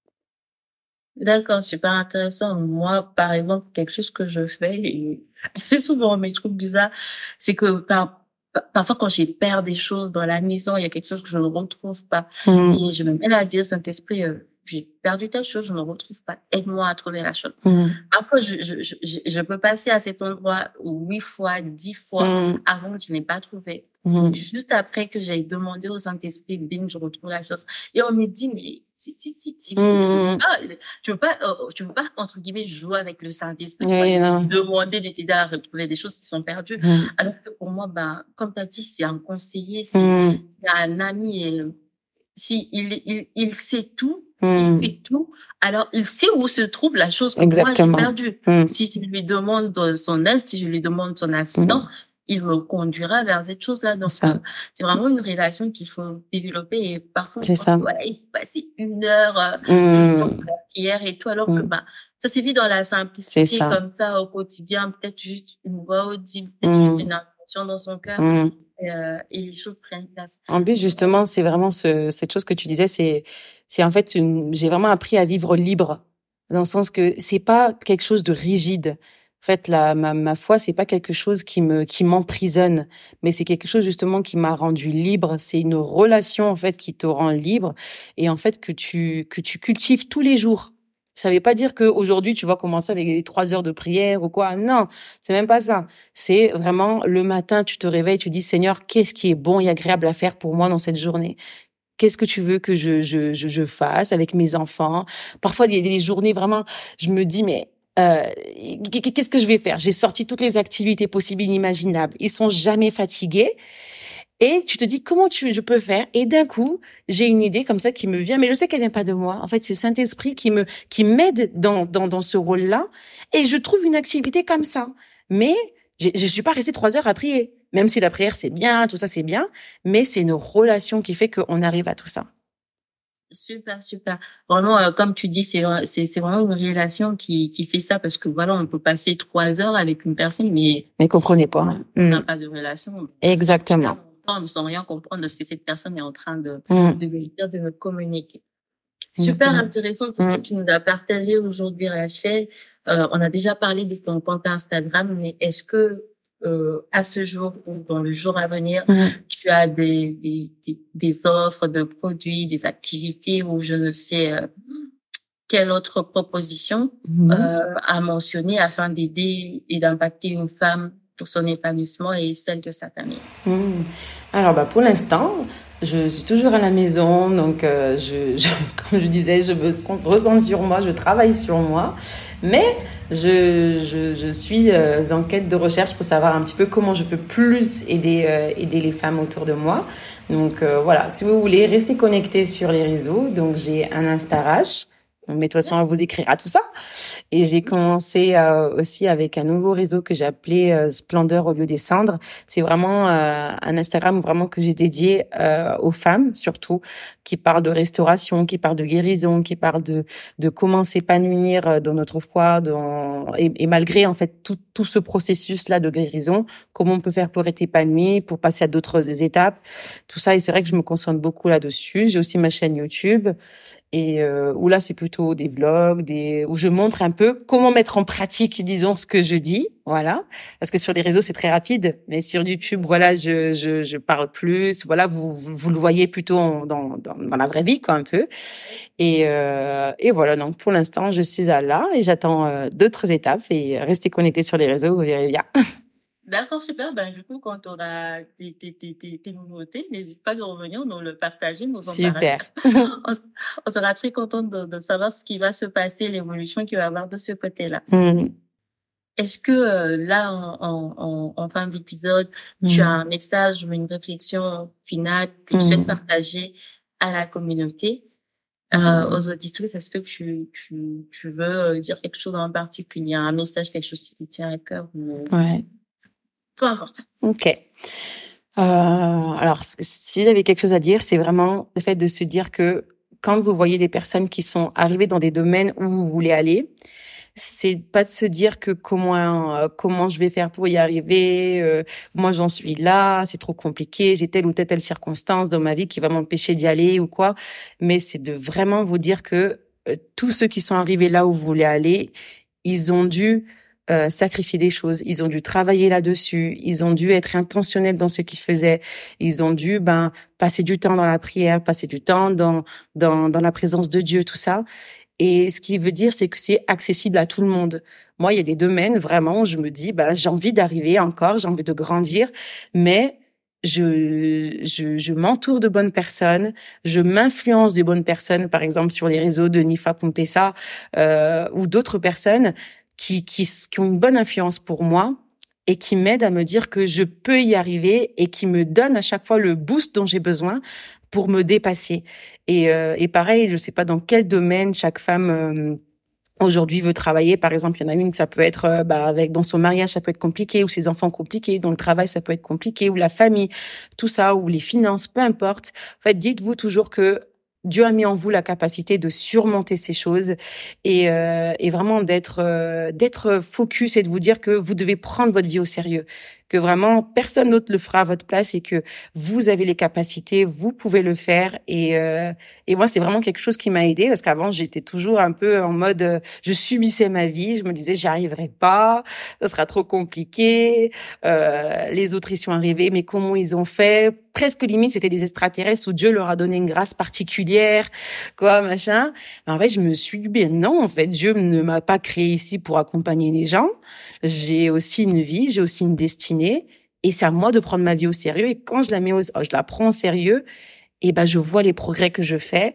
D'accord, super intéressant. Moi, par exemple, quelque chose que je fais, et assez souvent, mais je trouve bizarre, c'est que parfois quand j'ai perdu des choses dans la maison, il y a quelque chose que je ne retrouve pas. Et je me mets à dire, Saint-Esprit, j'ai perdu telle chose, je ne retrouve pas. Aide-moi à trouver la chose. Après, je peux passer à cet endroit 8 fois, 10 fois avant que je n'ai pas trouvé. Juste après que j'ai demandé au Saint-Esprit, bing, je retrouve la chose. Et on me dit, mais si, tu veux pas, entre guillemets, jouer avec le Saint-Esprit, demander de t'aider à retrouver des choses qui sont perdues. Alors que pour moi, comme tu as dit, c'est un conseiller, c'est un ami, et si il sait tout, il fait tout, alors il sait où se trouve la chose que moi j'ai perdue. Si je lui demande son aide, si je lui demande son assistance, il me conduira vers cette chose-là. Donc, c'est vraiment une relation qu'il faut développer et parfois, passer 1 heure de la prière et tout, alors que ça se vit dans la simplicité comme ça au quotidien, peut-être juste une voix audible, peut-être juste une intention dans son cœur. Et les choses prennent place. En plus, justement, c'est vraiment cette chose que tu disais, c'est en fait j'ai vraiment appris à vivre libre, dans le sens que c'est pas quelque chose de rigide. En fait, ma foi, c'est pas quelque chose qui m'emprisonne, mais c'est quelque chose justement qui m'a rendu libre. C'est une relation en fait qui te rend libre et en fait que tu cultives tous les jours. Ça veut pas dire que aujourd'hui tu vas commencer avec les 3 heures de prière ou quoi. Non, c'est même pas ça. C'est vraiment le matin, tu te réveilles, tu dis Seigneur, qu'est-ce qui est bon et agréable à faire pour moi dans cette journée? Qu'est-ce que tu veux que je fasse avec mes enfants? Parfois il y a des journées vraiment, je me dis mais qu'est-ce que je vais faire? J'ai sorti toutes les activités possibles et inimaginables. Ils sont jamais fatigués. Et tu te dis comment je peux faire, et d'un coup j'ai une idée comme ça qui me vient, mais je sais qu'elle vient pas de moi. En fait, c'est le Saint-Esprit qui m'aide dans ce rôle-là, et je trouve une activité comme ça. Mais je suis pas restée 3 heures à prier, même si la prière c'est bien, tout ça c'est bien, mais c'est une relation qui fait qu'on arrive à tout ça. Super. Vraiment, comme tu dis, c'est vraiment une relation qui fait ça, parce que voilà, on peut passer 3 heures avec une personne, mais comprenez pas. On n'a pas de relation. Exactement. Sans rien comprendre de ce que cette personne est en train de dire, de me communiquer. Super intéressant tout ce que tu nous as partagé aujourd'hui, Rachel. On a déjà parlé de ton compte Instagram, mais est-ce que à ce jour ou dans le jour à venir, tu as des offres de produits, des activités ou je ne sais quelle autre proposition à mentionner afin d'aider et d'impacter une femme pour son épanouissement et celle de sa famille? Alors, pour l'instant, je suis toujours à la maison, donc comme je disais, je me ressens sur moi, je travaille sur moi, mais je suis en quête de recherche pour savoir un petit peu comment je peux plus aider les femmes autour de moi. Donc voilà, si vous voulez, restez connectés sur les réseaux. Donc j'ai un Instarash. Mais de toute façon, on vous écrira tout ça. Et j'ai commencé aussi avec un nouveau réseau que j'ai appelé Splendeur au lieu des cendres. C'est vraiment un Instagram vraiment que j'ai dédié aux femmes, surtout, qui parlent de restauration, qui parlent de guérison, qui parlent de comment s'épanouir dans notre foi, et malgré en fait tout ce processus-là de guérison, comment on peut faire pour être épanoui, pour passer à d'autres étapes, tout ça. Et c'est vrai que je me concentre beaucoup là-dessus. J'ai aussi ma chaîne YouTube. Et où là c'est plutôt des vlogs, où je montre un peu comment mettre en pratique, disons, ce que je dis, voilà, parce que sur les réseaux c'est très rapide, mais sur YouTube, voilà, je parle plus, voilà, vous le voyez plutôt dans la vraie vie, quoi, un peu. Et voilà, donc pour l'instant je suis là et j'attends d'autres étapes, et restez connectés sur les réseaux, vous verrez bien. D'accord, super. Du coup, quand on a tes nouveautés, n'hésite pas de revenir, nous le partager, nous en parler. Super. On sera très contente de savoir ce qui va se passer, l'évolution qu'il va y avoir de ce côté-là. Est-ce que là, en fin d'épisode, tu as un message ou une réflexion finale que tu souhaites partager à la communauté, aux auditrices? Est-ce que tu veux dire quelque chose en particulier, un message, quelque chose qui te tient à cœur Ouais. Peu importe. Ok. Alors, si j'avais quelque chose à dire, c'est vraiment le fait de se dire que quand vous voyez des personnes qui sont arrivées dans des domaines où vous voulez aller, c'est pas de se dire que comment je vais faire pour y arriver, moi j'en suis là, c'est trop compliqué, j'ai telle ou telle circonstance dans ma vie qui va m'empêcher d'y aller ou quoi, mais c'est de vraiment vous dire que tous ceux qui sont arrivés là où vous voulez aller, ils ont dû sacrifier des choses, ils ont dû travailler là-dessus, ils ont dû être intentionnels dans ce qu'ils faisaient, ils ont dû passer du temps dans la prière, passer du temps dans la présence de Dieu, tout ça. Et ce qui veut dire, c'est que c'est accessible à tout le monde. Moi, il y a des domaines vraiment où je me dis, j'ai envie d'arriver encore, j'ai envie de grandir, mais je m'entoure de bonnes personnes, je m'influence des bonnes personnes, par exemple sur les réseaux de Nifa Kumpesa ou d'autres personnes qui ont une bonne influence pour moi et qui m'aident à me dire que je peux y arriver et qui me donnent à chaque fois le boost dont j'ai besoin pour me dépasser. Et pareil, je sais pas dans quel domaine chaque femme aujourd'hui veut travailler. Par exemple, il y en a une que ça peut être dans son mariage, ça peut être compliqué, ou ses enfants compliqués, dans le travail, ça peut être compliqué, ou la famille, tout ça, ou les finances, peu importe. En fait, dites-vous toujours que Dieu a mis en vous la capacité de surmonter ces choses et vraiment d'être focus et de vous dire que vous devez prendre votre vie au sérieux, que vraiment personne d'autre le fera à votre place et que vous avez les capacités, vous pouvez le faire et moi c'est vraiment quelque chose qui m'a aidée parce qu'avant j'étais toujours un peu en mode je subissais ma vie, je me disais j'y arriverai pas, ça sera trop compliqué, les autres ils sont arrivés mais comment ils ont fait, presque limite c'était des extraterrestres où Dieu leur a donné une grâce particulière, quoi, machin. Mais en fait, je me suis dit, ben non, en fait, Dieu ne m'a pas créé ici pour accompagner les gens. J'ai aussi une vie, j'ai aussi une destinée, et c'est à moi de prendre ma vie au sérieux. Et quand je la prends au sérieux, et ben je vois les progrès que je fais,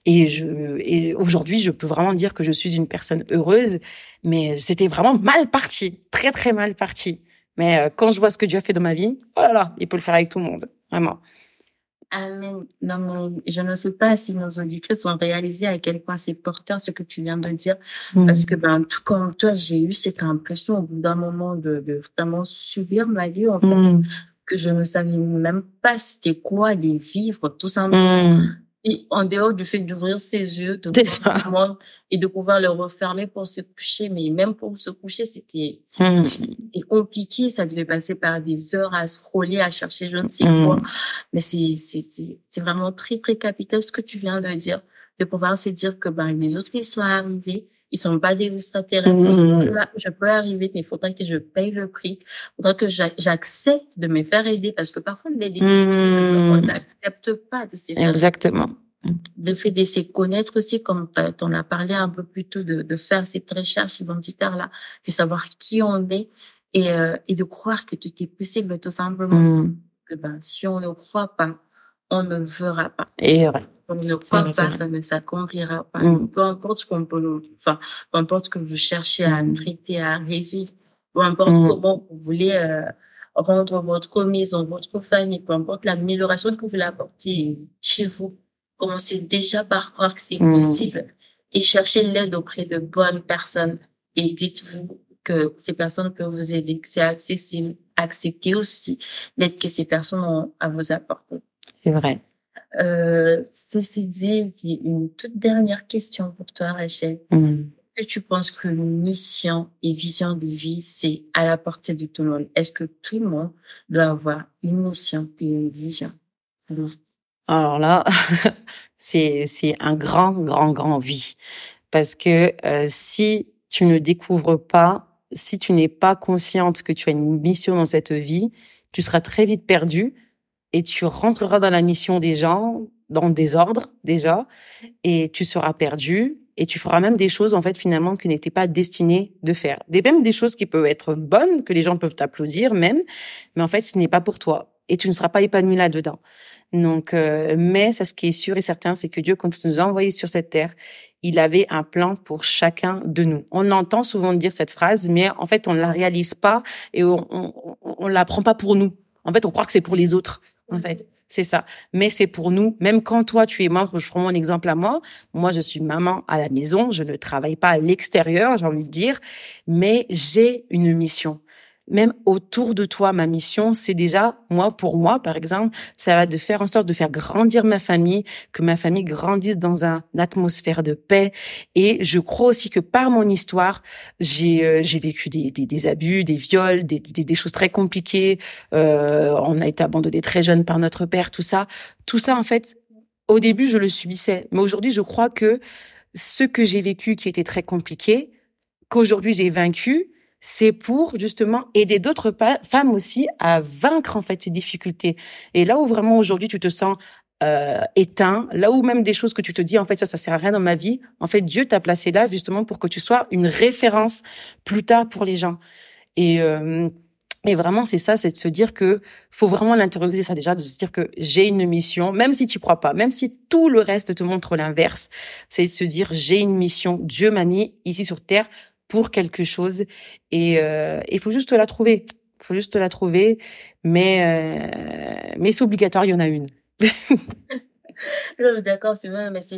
et aujourd'hui, je peux vraiment dire que je suis une personne heureuse. Mais c'était vraiment mal parti, très très mal parti. Mais quand je vois ce que Dieu a fait dans ma vie, oh là là, il peut le faire avec tout le monde, vraiment. Amen. Non, mais je ne sais pas si nos auditrices ont réalisé à quel point c'est porteur ce que tu viens de dire. Parce que, tout comme toi, j'ai eu cette impression au bout d'un moment de vraiment subir ma vie, en fait, que je ne savais même pas c'était quoi les vivre, tout simplement. Et en dehors du fait d'ouvrir ses yeux, de voir le monde et de pouvoir le refermer pour se coucher, mais même pour se coucher, c'était compliqué. Ça devait passer par des heures à scroller, à chercher je ne sais quoi. Mais c'est vraiment très, très capital ce que tu viens de dire, de pouvoir se dire que, les autres, ils sont arrivés. Ils sont pas des extraterrestres. Je peux arriver, mais il faudrait que je paye le prix. Il faudrait que j'accepte de me faire aider parce que parfois, on n'accepte pas de se faire Exactement. De fait de se connaître aussi, comme t'en as parlé un peu plus tôt, de faire cette recherche identitaire-là, de savoir qui on est et de croire que tout est possible, tout simplement. Que, si on ne croit pas, on ne verra pas. Et ouais. On ne croit pas, ça ne s'accomplira pas. Peu importe ce qu'on peut peu importe ce que vous cherchez à traiter, à résoudre, peu importe comment vous voulez rendre votre maison, votre famille, peu importe l'amélioration que vous voulez apporter chez vous, commencez déjà par croire que c'est possible et cherchez l'aide auprès de bonnes personnes et dites-vous que ces personnes peuvent vous aider, que c'est accessible. Acceptez aussi l'aide que ces personnes ont à vous apporter. C'est vrai. Ceci dit, j'ai une toute dernière question pour toi, Rachel. Est-ce que tu penses que mission et vision de vie, c'est à la portée de tout le monde? Est-ce que tout le monde doit avoir une mission et une vision? Alors là, c'est un grand oui. Parce que si tu ne découvres pas, si tu n'es pas consciente que tu as une mission dans cette vie, tu seras très vite perdu. Et tu rentreras dans la mission des gens, dans le désordre déjà, et tu seras perdu, et tu feras même des choses en fait finalement qui n'étaient pas destinées de faire. Même des choses qui peuvent être bonnes, que les gens peuvent t'applaudir même, mais en fait ce n'est pas pour toi, et tu ne seras pas épanoui là-dedans. Donc, mais ça, ce qui est sûr et certain, c'est que Dieu, quand il nous a envoyés sur cette terre, il avait un plan pour chacun de nous. On entend souvent dire cette phrase, mais en fait on la réalise pas et on la prend pas pour nous. En fait, on croit que c'est pour les autres. En fait, c'est ça. Mais c'est pour nous. Même quand toi, tu es maman, je prends mon exemple à moi. Moi, je suis maman à la maison. Je ne travaille pas à l'extérieur, j'ai envie de dire. Mais j'ai une mission. Même autour de toi, ma mission, c'est déjà, pour moi, par exemple, ça va de faire en sorte de faire grandir ma famille, que ma famille grandisse dans une atmosphère de paix. Et je crois aussi que par mon histoire, j'ai vécu des abus, des viols, des choses très compliquées. On a été abandonnés très jeunes par notre père, tout ça. Tout ça, en fait, au début, je le subissais. Mais aujourd'hui, je crois que ce que j'ai vécu qui était très compliqué, qu'aujourd'hui j'ai vaincu, c'est pour justement aider d'autres femmes aussi à vaincre en fait ces difficultés. Et là où vraiment aujourd'hui tu te sens éteint, là où même des choses que tu te dis en fait ça sert à rien dans ma vie, en fait Dieu t'a placé là justement pour que tu sois une référence plus tard pour les gens. Et vraiment c'est ça, c'est de se dire que faut vraiment l'intérioriser ça déjà, de se dire que j'ai une mission, même si tu crois pas, même si tout le reste te montre l'inverse, c'est de se dire j'ai une mission, Dieu m'a mis ici sur terre pour quelque chose et il faut juste la trouver. Il faut juste la trouver, mais c'est obligatoire, il y en a une. Non, d'accord, c'est vrai, mais c'est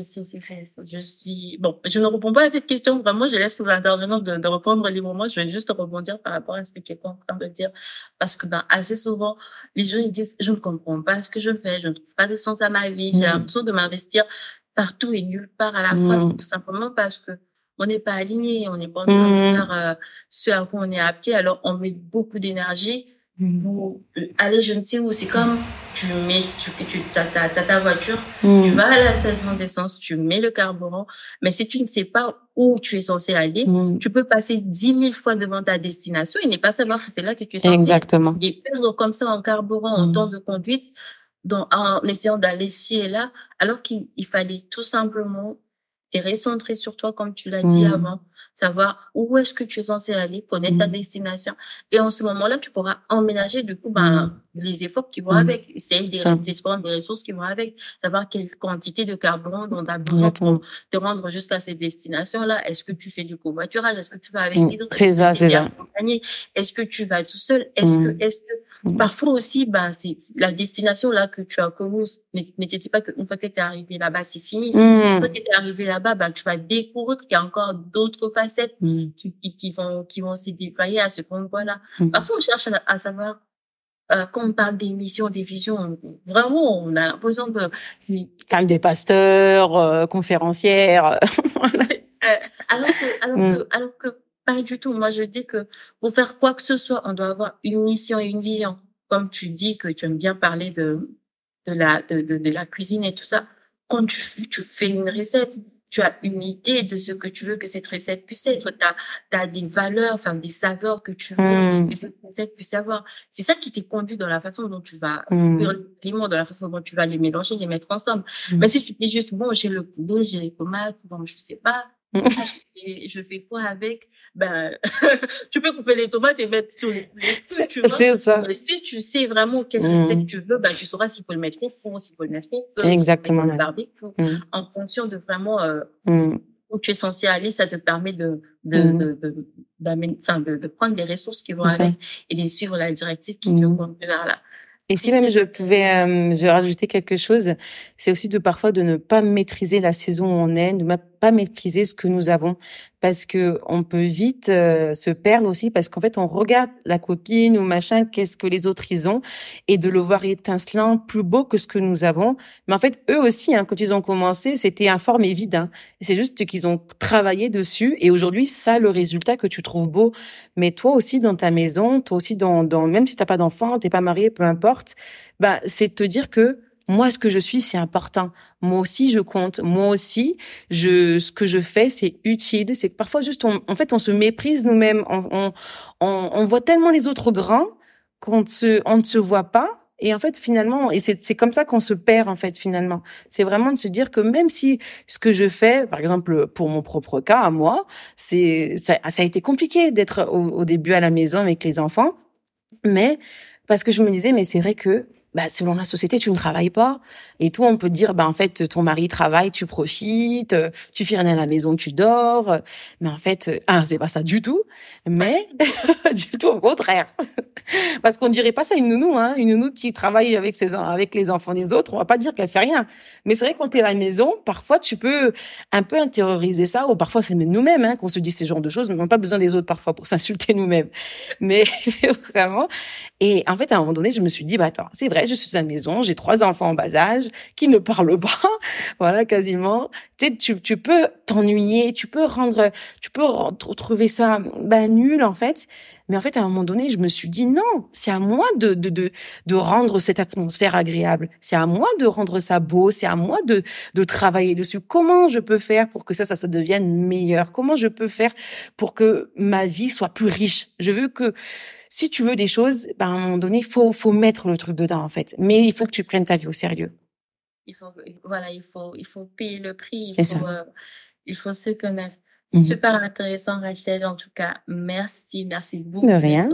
je ne réponds pas à cette question, vraiment, je laisse aux intervenants de répondre librement, je vais juste rebondir par rapport à ce que tu es en train de dire, parce que, assez souvent, les gens, ils disent, je ne comprends pas ce que je fais, je ne trouve pas de sens à ma vie, j'ai l'impression de m'investir partout et nulle part à la fois. C'est tout simplement parce que on n'est pas aligné, on n'est pas en train de faire ce à quoi on est appelé. Alors, on met beaucoup d'énergie pour aller je ne sais où. C'est comme t'as ta voiture, tu vas à la station d'essence, tu mets le carburant, mais si tu ne sais pas où tu es censé aller, tu peux passer 10 000 fois devant ta destination et ne pas savoir que c'est là que tu es censé Exactement. et perdre comme ça en carburant, en temps de conduite, en essayant d'aller ci et là, alors qu'il fallait tout simplement te recentrer sur toi, comme tu l'as dit avant, savoir où est-ce que tu es censé aller, connaître ta destination. Et en ce moment-là, tu pourras emménager, du coup, les efforts qui vont avec, essayer des ressources qui vont avec, savoir quelle quantité de carburant dont tu as besoin pour te rendre jusqu'à ces destinations-là. Est-ce que tu fais du covoiturage? Est-ce que tu vas avec les autres? C'est ça. Est-ce que tu vas tout seul? Est-ce que, parfois aussi, c'est la destination là que tu as connue. Ne te dis pas qu'une fois que tu es arrivé là-bas, c'est fini. Une fois que tu es arrivé là-bas, tu vas découvrir qu'il y a encore d'autres facettes qui vont se déployer à ce point-là. Parfois, on cherche à savoir, quand on parle des missions, des visions, vraiment, on a besoin de... Calme des pasteurs, conférencières. Alors que pas du tout. Moi, je dis que pour faire quoi que ce soit, on doit avoir une mission et une vision. Comme tu dis que tu aimes bien parler de la cuisine et tout ça. Quand tu fais une recette, tu as une idée de ce que tu veux que cette recette puisse être. T'as des valeurs, des saveurs que tu veux que cette recette puisse avoir. C'est ça qui t'est conduit dans la façon dont tu vas cuire les aliments, dans la façon dont tu vas les mélanger, les mettre ensemble. Mais si tu dis juste, bon, j'ai le poulet, j'ai les tomates, bon, je sais pas, je fais quoi avec? Tu peux couper les tomates et mettre tous les trucs, tu vois. C'est ça. Mais si tu sais vraiment quelle recette tu veux, tu sauras s'il faut le mettre au fond, s'il faut le mettre au feu, exactement, s'il faut le barbecue. En fonction de vraiment, où tu es censé aller, ça te permet de prendre des ressources qui vont avec et de suivre la directive qui te conduit vers là. Et si même je pouvais rajouter quelque chose, c'est aussi parfois de ne pas maîtriser la saison où on est, de ne pas maîtriser ce que nous avons, parce que on peut vite se perdre aussi, parce qu'en fait on regarde la copine ou machin, qu'est-ce que les autres ils ont, et de le voir étincelant, plus beau que ce que nous avons. Mais en fait eux aussi, quand ils ont commencé, c'était informe et vide. C'est juste qu'ils ont travaillé dessus, et aujourd'hui ça le résultat que tu trouves beau. Mais toi aussi dans ta maison, toi aussi dans même si t'as pas d'enfant, t'es pas marié, peu importe, c'est de te dire que moi, ce que je suis, c'est important. Moi aussi, je compte. Moi aussi, ce que je fais, c'est utile. C'est que parfois, juste, on se méprise nous-mêmes. On voit tellement les autres grands on ne se voit pas. Et en fait, finalement, et c'est comme ça qu'on se perd, en fait, finalement. C'est vraiment de se dire que même si ce que je fais, par exemple, pour mon propre cas, à moi, ça a été compliqué d'être au début à la maison avec les enfants. Mais, parce que je me disais, mais c'est vrai que, selon la société, tu ne travailles pas. Et tout, on peut dire, en fait, ton mari travaille, tu profites, tu fais rien à la maison, tu dors. Mais en fait, c'est pas ça du tout. Mais, du tout au contraire. Parce qu'on dirait pas ça une nounou, une nounou qui travaille avec les enfants des autres, on va pas dire qu'elle fait rien. Mais c'est vrai que quand t'es à la maison, parfois tu peux un peu intérioriser ça, ou parfois c'est même nous-mêmes, qu'on se dit ces genres de choses, mais on n'a pas besoin des autres parfois pour s'insulter nous-mêmes. Mais vraiment. Et en fait, à un moment donné, je me suis dit, attends, c'est vrai, je suis à la maison, j'ai 3 enfants en bas âge, qui ne parlent pas, voilà, quasiment. Tu peux t'ennuyer, tu peux trouver ça, nul, en fait. Mais en fait, à un moment donné, je me suis dit, non, c'est à moi de rendre cette atmosphère agréable. C'est à moi de rendre ça beau. C'est à moi de travailler dessus. Comment je peux faire pour que ça se devienne meilleur? Comment je peux faire pour que ma vie soit plus riche? Je veux que, si tu veux des choses, à un moment donné, faut mettre le truc dedans, en fait. Mais il faut que tu prennes ta vie au sérieux. Il faut payer le prix. Il faut se connaître. Super intéressant, Rachel. En tout cas, merci beaucoup. De rien.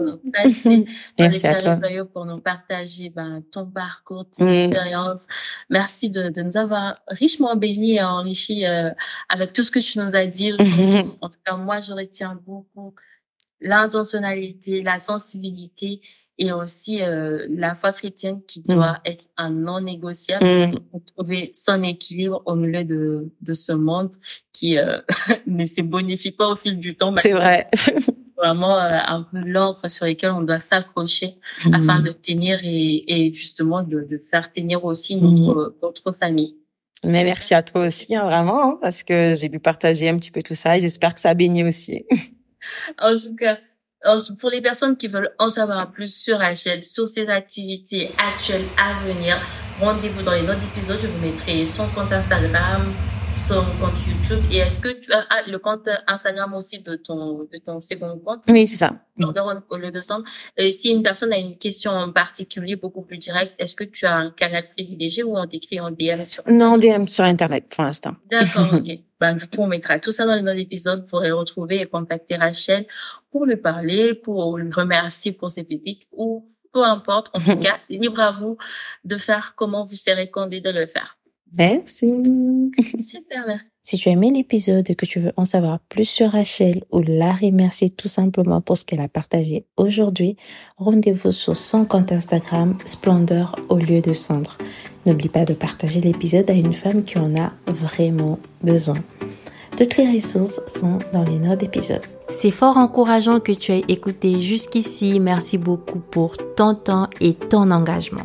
Merci à toi. Pour nous partager ton parcours, tes expériences. Merci de nous avoir richement bénis et enrichis avec tout ce que tu nous as dit. En tout cas, moi, je retiens beaucoup l'intentionnalité, la sensibilité et aussi la foi chrétienne qui doit être un non négociable pour trouver son équilibre au milieu de ce monde qui ne se bonifie pas au fil du temps. C'est vrai. Vraiment un peu l'encre sur lequel on doit s'accrocher afin de tenir et justement de faire tenir aussi notre famille. Mais merci à toi aussi, vraiment, parce que j'ai pu partager un petit peu tout ça et j'espère que ça a baigné aussi. En tout cas, pour les personnes qui veulent en savoir plus sur Rachel, sur ses activités actuelles à venir, rendez-vous dans les notes d'épisode. Je vous mettrai son compte Instagram, son compte YouTube. Et est-ce que tu as le compte Instagram aussi de ton second compte? Oui, c'est ça. Au lieu de Sandre. Si une personne a une question en particulier, beaucoup plus directe, est-ce que tu as un canal privilégié ou on t'écrit en DM sur Non, DM sur Internet pour l'instant. D'accord, ok. Du coup, on mettra tout ça dans les notes d'épisode pour le retrouver et contacter Rachel pour lui parler, pour le remercier pour ses pépites ou peu importe. En tout cas, libre à vous de faire comment vous serez conduit de le faire. Merci. Super, merci. Si tu as aimé l'épisode et que tu veux en savoir plus sur Rachel ou la remercier tout simplement pour ce qu'elle a partagé aujourd'hui, rendez-vous sur son compte Instagram Splendeur au lieu de cendre. N'oublie pas de partager l'épisode à une femme qui en a vraiment besoin. Toutes les ressources sont dans les notes d'épisode. C'est fort encourageant que tu aies écouté jusqu'ici. Merci beaucoup pour ton temps et ton engagement.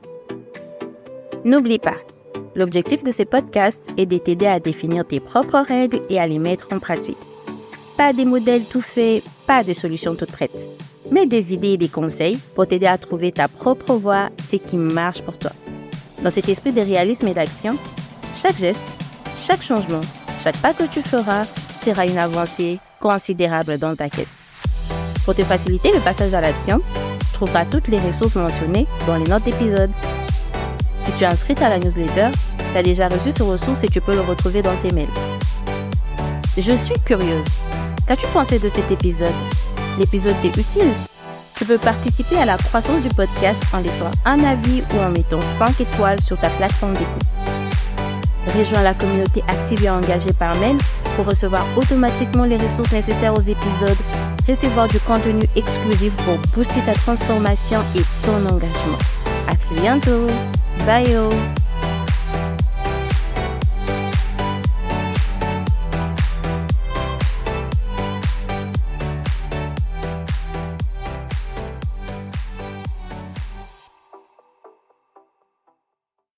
N'oublie pas, l'objectif de ces podcasts est de t'aider à définir tes propres règles et à les mettre en pratique. Pas des modèles tout faits, pas de solutions toutes prêtes, mais des idées et des conseils pour t'aider à trouver ta propre voie, ce qui marche pour toi. Dans cet esprit de réalisme et d'action, chaque geste, chaque changement, chaque pas que tu feras sera une avancée considérable dans ta quête. Pour te faciliter le passage à l'action, tu trouveras toutes les ressources mentionnées dans les notes d'épisode. Si tu es inscrite à la newsletter, tu as déjà reçu ce ressource et tu peux le retrouver dans tes mails. Je suis curieuse. Qu'as-tu pensé de cet épisode? L'épisode t'est utile? Tu peux participer à la croissance du podcast en laissant un avis ou en mettant 5 étoiles sur ta plateforme d'écoute. Rejoins la communauté active et engagée par mail pour recevoir automatiquement les ressources nécessaires aux épisodes, recevoir du contenu exclusif pour booster ta transformation et ton engagement. À très bientôt. Bye.